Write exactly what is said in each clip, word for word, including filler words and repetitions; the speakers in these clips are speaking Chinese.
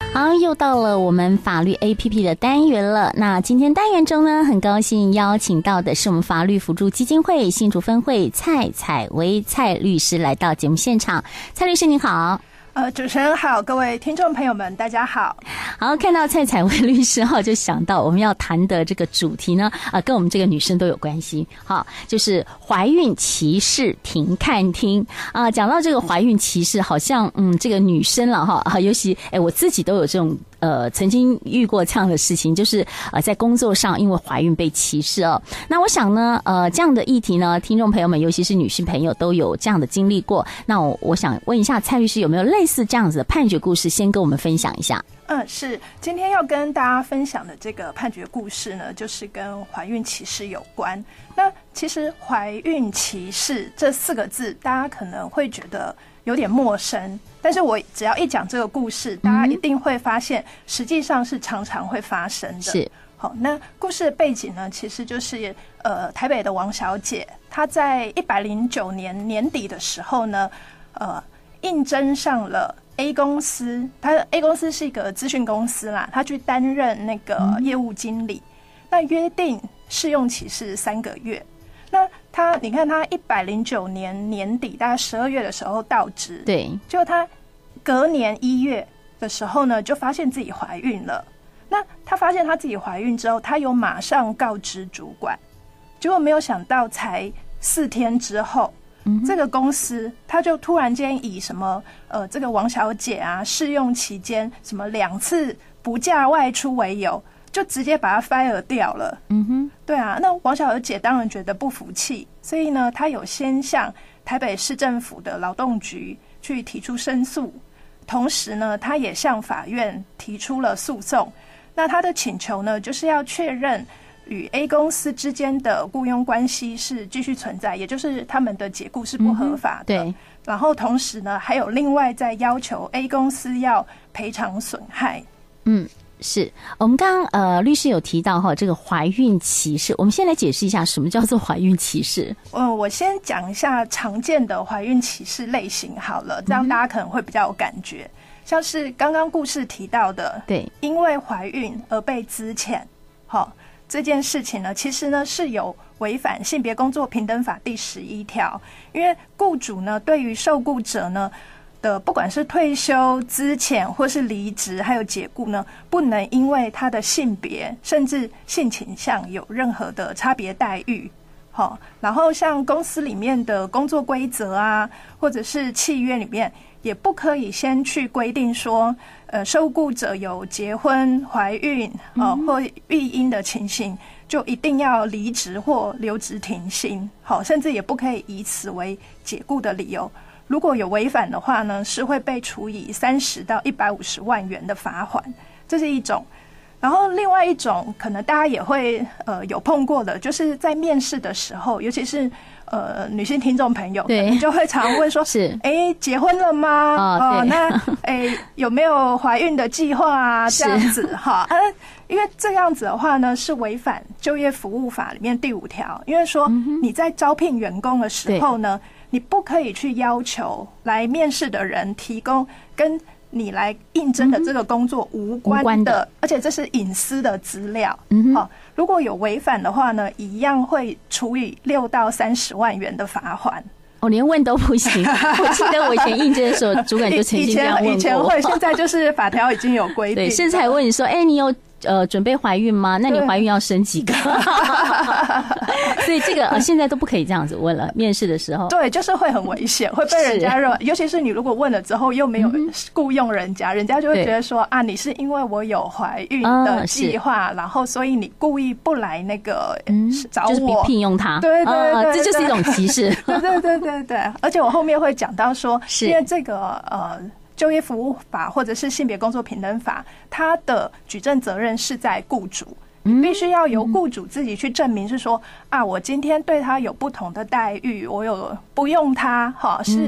好，又到了我们法律 A P P 的单元了。那今天单元中呢，很高兴邀请到的是我们法律辅助基金会新竹分会蔡采薇蔡律师来到节目现场。蔡律师您好。 呃，主持人好，各位听众朋友们，大家好。 好，看到蔡采薇律师哈，就想到我们要谈的这个主题呢，啊、呃，跟我们这个女生都有关系。好，就是怀孕歧视停看听啊、呃。讲到这个怀孕歧视，好像嗯，这个女生了哈，尤其哎，我自己都有这种。呃，曾经遇过这样的事情，就是呃，在工作上因为怀孕被歧视哦。那我想呢，呃，这样的议题呢，听众朋友们，尤其是女性朋友，都有这样的经历过。那我我想问一下蔡律师，有没有类似这样子的判决故事，先跟我们分享一下？ 嗯，是，今天要跟大家分享的这个判决故事呢，就是跟怀孕歧视有关。那其实怀孕歧视这四个字，大家可能会觉得有点陌生，但是我只要一讲这个故事，大家一定会发现，实际上是常常会发生的。 是， 好，那故事的背景呢，其实就是呃，台北的王小姐，她在一百零九年年底的时候呢，呃，应征上了 A 公司，她 A 公司是一个资讯公司啦，她去担任那个业务经理，嗯、那约定试用期是三个月。那他，你看他一百零九年年底，大概十二月的时候到职， 对， 就他隔年一月的时候呢，就发现自己怀孕了。那他发现他自己怀孕之后，他有马上告知主管，结果没有想到，才四天之后，嗯、这个公司他就突然间以什么呃，这个王小姐啊，试用期间什么两次不假外出为由。就直接把他 fire 掉了。嗯哼，对啊，那王小姐当然觉得不服气，所以呢，她有先向台北市政府的劳动局去提出申诉，同时呢，她也向法院提出了诉讼。那她的请求呢，就是要确认与 A 公司之间的雇佣关系是继续存在，也就是他们的解雇是不合法的。嗯、对。然后同时呢，还有另外再要求 A 公司要赔偿损害。嗯。 是我们刚刚呃律师有提到哈，这个怀孕歧视，我们先来解释一下什么叫做怀孕歧视。 嗯，我先讲一下常见的怀孕歧视类型好了，这样大家可能会比较有感觉。嗯、像是刚刚故事提到的，对，因为怀孕而被资遣，好，这件事情呢，其实呢是有违反性别工作平等法第十一条，因为雇主呢对于受雇者呢。的不管是退休、资遣或是离职，还有解雇呢，不能因为他的性别甚至性倾向有任何的差别待遇。好，然后像公司里面的工作规则啊，或者是契约里面，也不可以先去规定说，呃，受雇者有结婚、怀孕啊、呃、或育婴的情形，就一定要离职或留职停薪。好，甚至也不可以以此为解雇的理由。如果有违反的话呢，是会被处以三十到一百五十万元的罚款，这是一种。然后另外一种可能大家也会呃有碰过的，就是在面试的时候，尤其是呃女性听众朋友，对，就会常问说，是哎结婚了吗？哦，呃、那哎有没有怀孕的计划啊？这样子哈，啊，因为这样子的话呢，是违反就业服务法里面第五条，因为说你在招聘员工的时候呢。你不可以去要求来面试的人提供跟你来应征的这个工作无关 的,、嗯、关的而且这是隐私的资料。嗯、哦，如果有违反的话呢，一样会处以六到三十万元的罚款。 我、哦、连问都不行。我记得我以前应征的时候，主管就曾经这样问过我。 以前会，现在就是法条已经有规定。 对，甚至还问你说：“哎、欸，你有？”呃，准备怀孕吗？那你怀孕要生几个？所以这个呃，现在都不可以这样子问了。面试的时候， 对，就是会很危险，会被人家认为，尤其是你如果问了之后又没有雇佣人家，嗯、人家就会觉得说啊，你是因为我有怀孕的计划，嗯、然后所以你故意不来那个、嗯、找我， 就是聘用他。 对对 对, 对, 对, 对， 这就是一种歧视。 对对对对对，而且我后面会讲到说，因为这个呃。就业服务法或者是性别工作平等法，它的举证责任是在雇主，你必须要由雇主自己去证明，是说啊，我今天对他有不同的待遇，我有不用他，哈，是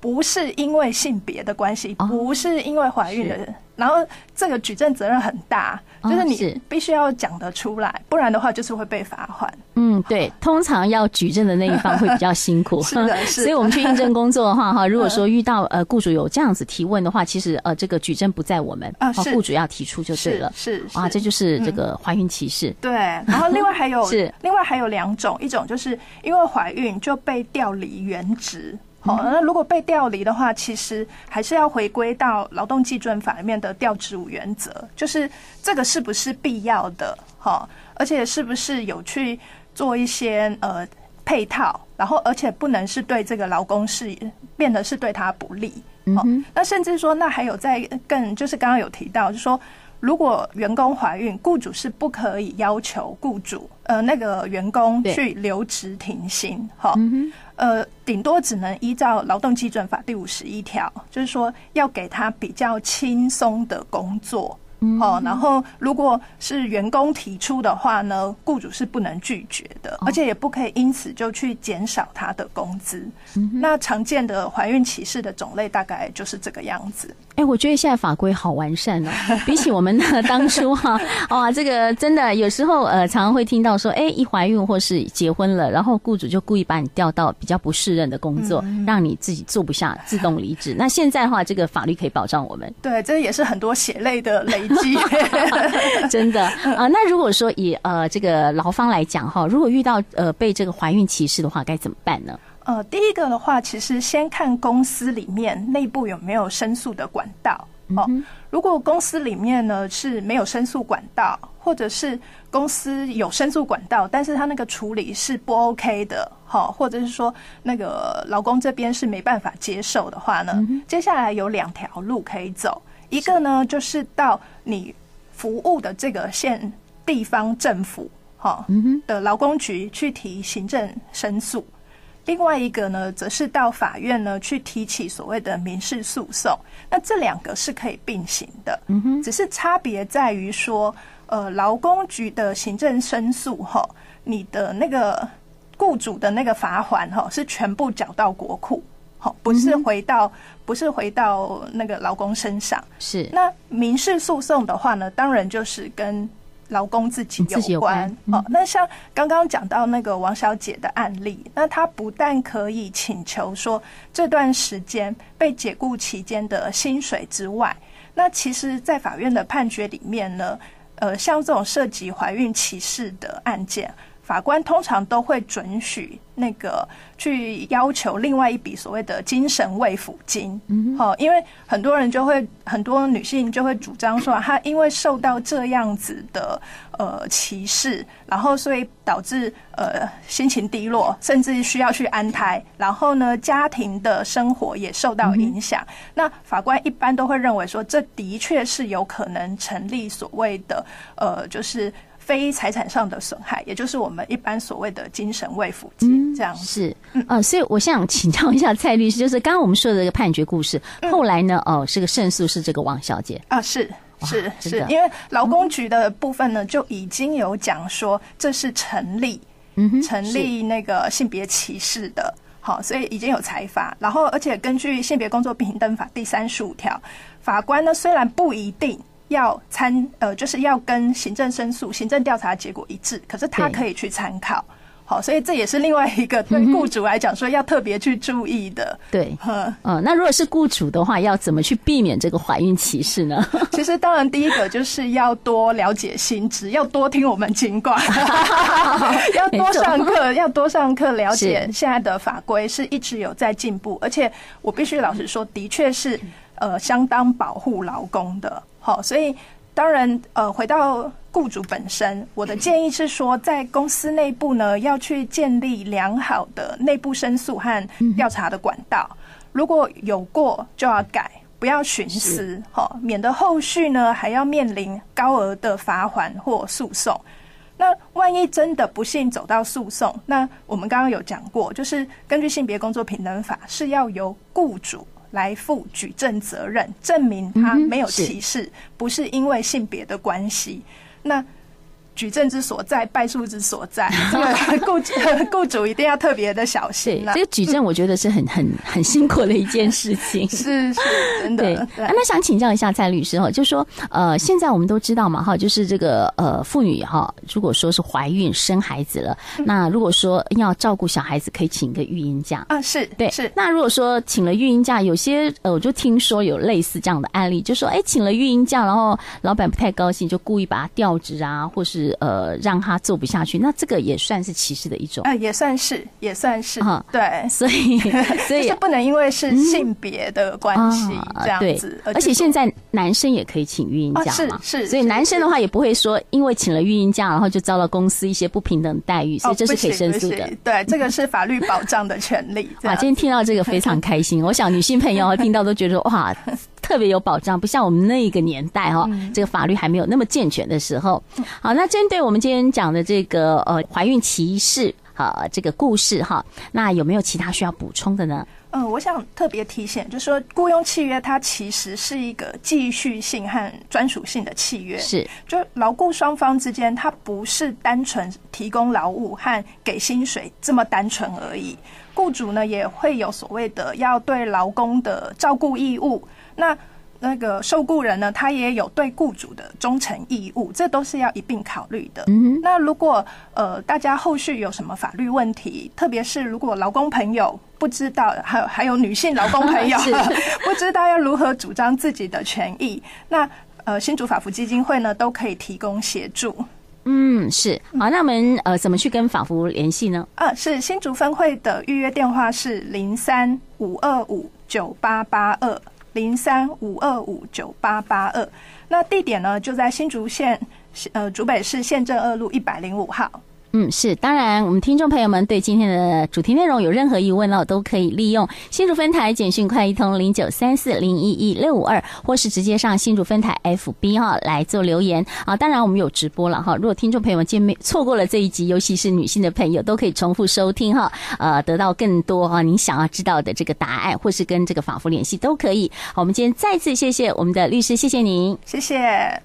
不是因为性别的关系，不是因为怀孕的人，然后这个举证责任很大，就是你必须要讲得出来，不然的话就是会被罚款。 嗯，对，通常要举证的那一方会比较辛苦， 是的，是的。 所以我们去应征工作的话，哈，如果说遇到呃雇主有这样子提问的话，其实呃这个举证不在我们，啊，雇主要提出就对了。 是 是, 是啊，这就是这个怀孕歧视。 对，然后另外还有是另外还有两种，一种就是因为怀孕就被调离原职。哦，那如果被调离的话，其实还是要回归到劳动基准法里面的调职务原则，就是这个是不是必要的，哈，而且是不是有去做一些呃配套，然后而且不能是对这个劳工是变得是对他不利。哦，那甚至说，那还有在更就是刚刚有提到，就是说，如果员工怀孕，雇主是不可以要求雇主呃那个员工去留职停薪，哈。呃，顶多只能依照劳动基准法第五十一条，就是说要给他比较轻松的工作，哦，然后如果是员工提出的话呢，雇主是不能拒绝的，而且也不可以因此就去减少他的工资。那常见的怀孕歧视的种类大概就是这个样子。 哎、欸，我觉得现在法规好完善哦，比起我们的当初哈、啊，哇，这个真的有时候呃，常常会听到说，哎、欸，一怀孕或是结婚了，然后雇主就故意把你调到比较不适任的工作，嗯、让你自己做不下，自动离职。那现在的话，这个法律可以保障我们。 对，这也是很多血泪的累积， 真的啊、呃。那如果说以呃这个劳方来讲哈，如果遇到呃被这个怀孕歧视的话，该怎么办呢？ 呃，第一个的话，其实先看公司里面内部有没有申诉的管道。哦，如果公司里面呢是没有申诉管道，或者是公司有申诉管道，但是他那个处理是不 OK 的，好，或者是说那个劳工这边是没办法接受的话呢，嗯、接下来有两条路可以走，一个呢就是到你服务的这个县地方政府哈的劳工局去提行政申诉。另外一个呢，则是到法院呢去提起所谓的民事诉讼。那这两个是可以并行的，嗯哼，只是差别在于说，呃，劳工局的行政申诉哈，你的那个雇主的那个罚锾哈是全部缴到国库，好，不是回到、嗯、不是回到那个劳工身上。是。那民事诉讼的话呢，当然就是跟劳工自己有关，有关嗯、哦。那像刚刚讲到那个王小姐的案例，那她不但可以请求说这段时间被解雇期间的薪水之外，那其实在法院的判决里面呢，呃，像这种涉及怀孕歧视的案件，法官通常都会准许那个去要求另外一笔所谓的精神慰抚金，嗯，好，因为很多人就会，很多女性就会主张说，她因为受到这样子的呃歧视，然后所以导致呃心情低落，甚至需要去安胎，然后呢家庭的生活也受到影响。嗯、那法官一般都会认为说，这的确是有可能成立所谓的呃就是非财产上的损害，也就是我们一般所谓的精神慰抚金，这样、嗯、 是，嗯、呃，所以我想请教一下蔡律师，就是刚刚我们说的这个判决故事，嗯、后来呢，哦，这个胜诉是这个王小姐啊，是是是，因为劳工局的部分呢、嗯、就已经有讲说这是成立，嗯，成立那个性别歧视的。好，所以已经有裁罚，然后而且根据性别工作平等法第三十五条，法官呢虽然不一定要参呃，就是要跟行政申诉、行政调查结果一致，可是他可以去参考。好，所以这也是另外一个对雇主来讲说要特别去注意的。 对，嗯、呃，那如果是雇主的话，要怎么去避免这个怀孕歧视呢？ 其实当然第一个就是要多了解新知，要多听我们警广，要多上课，要多上课了解现在的法规是一直有在进步，而且我必须老实说，的确是呃相当保护劳工的。好，所以当然呃回到雇主本身，我的建议是说，在公司内部呢，要去建立良好的内部申诉和调查的管道。如果有过就要改，不要徇私，免得后续呢还要面临高额的罚锾或诉讼。那万一真的不幸走到诉讼，那我们刚刚有讲过，就是根据性别工作平等法，是要由雇主来负举证责任，证明他没有歧视，嗯、不是因为性别的关系。那举证之所在，败诉之所在，这个雇雇主一定要特别的小心了。 对，这个举证我觉得是很很很辛苦的一件事情。 是是，真的。 对，对啊、那想请教一下蔡律师哈，就是说呃，现在我们都知道嘛哈，就是这个呃妇女哈，如果说是怀孕生孩子了，嗯、那如果说要照顾小孩子，可以请个育婴假啊，是对是。 那如果说请了育婴假，有些呃，我就听说有类似这样的案例，就说哎，请了育婴假，然后老板不太高兴，就故意把他调职啊，或是呃，让他做不下去，那这个也算是歧视的一种。 呃，也算是，也算是，啊、对， 所以所以就是不能因为是性别的关系、嗯、这样子。 而且现在男生也可以请育婴假嘛， 啊、是是， 所以男生的话也不会说因为请了育婴假，然后就遭到公司一些不平等待遇，所以这是可以申诉的。 哦、对，这个是法律保障的权利。 哇，今天听到这个非常开心，我想女性朋友听到都觉得哇。特别有保障，不像我们那个年代哈、哦嗯，这个法律还没有那么健全的时候。好，那针对我们今天讲的这个呃怀孕歧视啊这个故事哈，那有没有其他需要补充的呢？ 嗯，我想特别提醒，就是说雇佣契约它其实是一个继续性和专属性的契约， 是就劳雇双方之间，它不是单纯提供劳务和给薪水这么单纯而已。雇主呢也会有所谓的要对劳工的照顾义务。那那个受雇人呢，他也有对雇主的忠诚义务，这都是要一并考虑的。嗯，那如果呃大家后续有什么法律问题，特别是如果劳工朋友不知道，还有还有女性劳工朋友不知道要如何主张自己的权益，那呃新竹法扶基金会呢都可以提供协助。 嗯，是好，那我们呃怎么去跟法扶联系呢？ 啊，是新竹分会的预约电话是零三五二五九八八二。零三五二五九八八二，那地点呢就在新竹县呃竹北市县政二路一百零五号。 嗯，是，当然我们听众朋友们对今天的主题内容有任何疑问呢，都可以利用新竹分台简讯快一通零九三四零一一六五二，或是直接上新竹分台 F B 哈来做留言啊。当然我们有直播了哈，如果听众朋友们见面错过了这一集，尤其是女性的朋友，都可以重复收听哈，呃，得到更多哈您想要知道的这个答案，或是跟这个法扶联系都可以。好，我们今天再次谢谢我们的律师，谢谢您， 谢谢。